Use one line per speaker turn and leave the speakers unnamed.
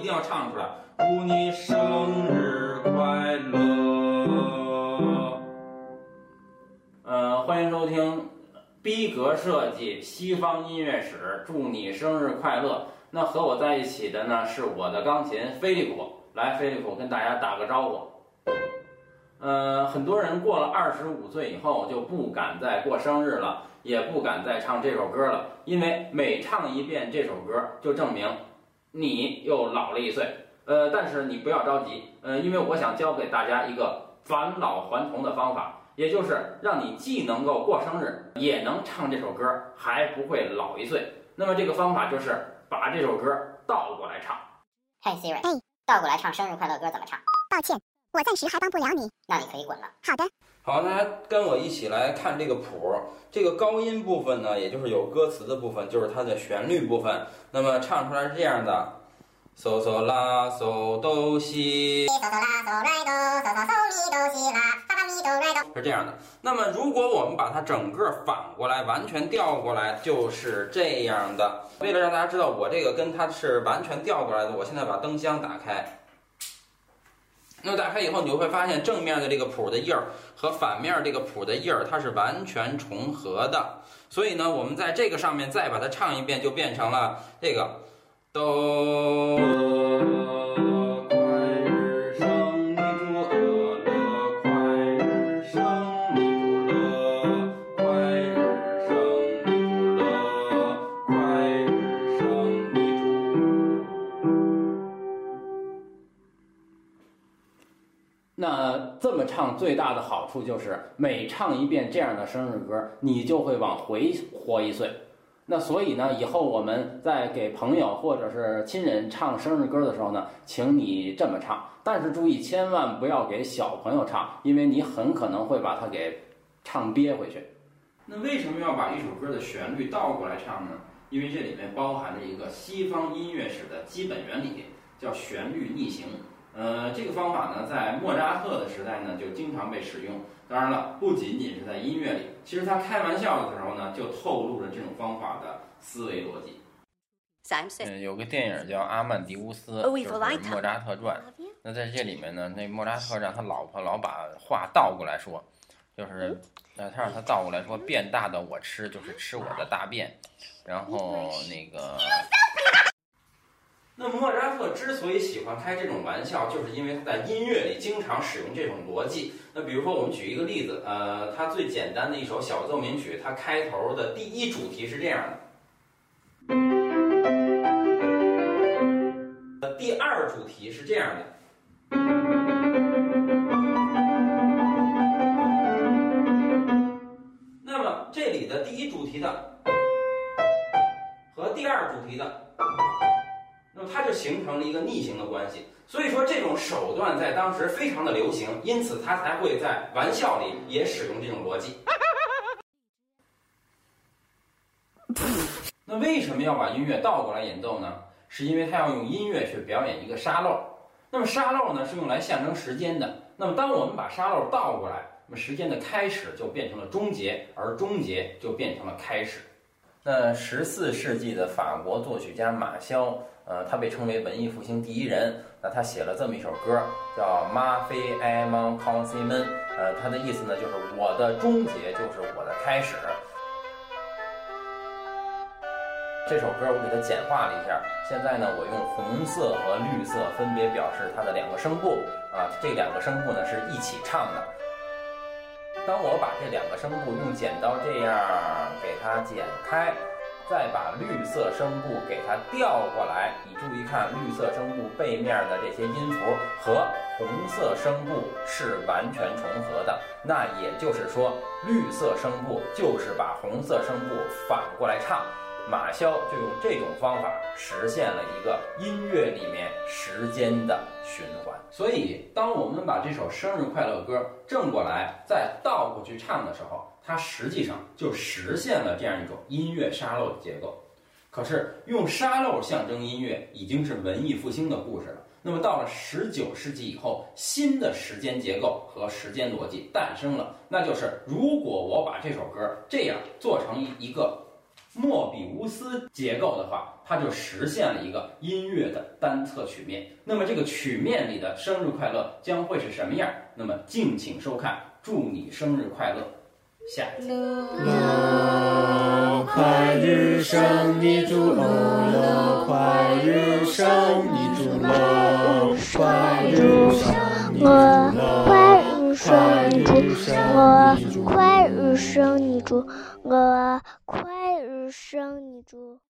定要唱出来。祝你生日快乐。欢迎收听逼格设计西方音乐史，祝你生日快乐。那和我在一起的呢是我的钢琴飞利浦，来，飞利浦跟大家打个招呼。很多人过了25岁以后就不敢再过生日了，也不敢再唱这首歌了，因为每唱一遍这首歌就证明你又老了1岁。但是你不要着急，因为我想教给大家一个返老还童的方法，也就是让你既能够过生日，也能唱这首歌，还不会老1岁。那么这个方法就是把这首歌倒过来唱。
嘿 Siri， 倒过来唱生日快乐歌怎么唱？
抱歉，我暂时还帮不了你。
那你可以滚了。
好的。
好，大家跟我一起来看这个谱。这个高音部分呢，也就是有歌词的部分，就是它的旋律部分。那么唱出来是这样的。嗦嗦啦嗦哆西，
嗦嗦啦嗦来哆，嗦嗦嗦咪哆西啦，发发咪哆来哆，
是这样的。那么如果我们把它整个反过来，完全调过来，就是这样的。为了让大家知道我这个跟它是完全调过来的，我现在把灯箱打开。那么打开以后，你就会发现正面的这个谱的印儿和反面这个谱的印儿，它是完全重合的。所以呢，我们在这个上面再把它唱一遍，就变成了这个哆。快日生，你祝乐，快日生，你祝乐，快日生，你祝乐，快日生，你祝。那这么唱最大的好处就是每唱一遍这样的生日歌，你就会往回活1岁。那所以呢，以后我们在给朋友或者是亲人唱生日歌的时候呢，请你这么唱，但是注意千万不要给小朋友唱，因为你很可能会把它给唱憋回去。那为什么要把一首歌的旋律倒过来唱呢？因为这里面包含着一个西方音乐史的基本原理，叫旋律逆行。这个方法呢，在莫扎特的时代呢，就经常被使用。当然了，不仅仅是在音乐里，其实他开玩笑的时候呢，就透露了这种方法的思维逻辑。有个电影叫《阿曼迪乌斯》，就是《莫扎特传》。那在这里面呢，那莫扎特让他老婆老把话倒过来说，就是他让他倒过来说，变大的我吃，就是吃我的大便。然后那个。那莫扎特之所以喜欢开这种玩笑，就是因为他在音乐里经常使用这种逻辑。那比如说，我们举一个例子，他最简单的一首小奏鸣曲，它开头的第1主题是这样的，第2主题是这样的。那么这里的第1主题的和第2主题的。那么它就形成了一个逆行的关系，所以说这种手段在当时非常的流行，因此他才会在玩笑里也使用这种逻辑。那为什么要把音乐倒过来演奏呢？是因为他要用音乐去表演一个沙漏。那么沙漏呢是用来象征时间的。那么当我们把沙漏倒过来，那么时间的开始就变成了终结，而终结就变成了开始。那14世纪的法国作曲家马肖，他被称为文艺复兴第1人。那他写了这么一首歌，叫《马菲埃蒙康西门》。他的意思呢，就是我的终结就是我的开始。这首歌我给它简化了一下，现在呢，我用红色和绿色分别表示它的2个声部啊，这2个声部呢是一起唱的。当我把这2个声部用剪刀这样给它剪开，再把绿色声部给它调过来，你注意看绿色声部背面的这些音符和红色声部是完全重合的。那也就是说，绿色声部就是把红色声部反过来唱。马肖就用这种方法实现了一个音乐里面时间的循环。所以当我们把这首生日快乐歌正过来再倒过去唱的时候，它实际上就实现了这样一种音乐沙漏的结构。可是用沙漏象征音乐已经是文艺复兴的故事了。那么到了19世纪以后，新的时间结构和时间逻辑诞生了，那就是如果我把这首歌这样做成一个莫比乌斯结构的话，它就实现了一个音乐的单侧曲面。那么这个曲面里的生日快乐将会是什么样？那么敬请收看，祝你生日快乐。下集。
乐快日生你祝乐快日生你祝乐快日生你祝乐快日生你祝乐快日生你祝乐快日生你祝。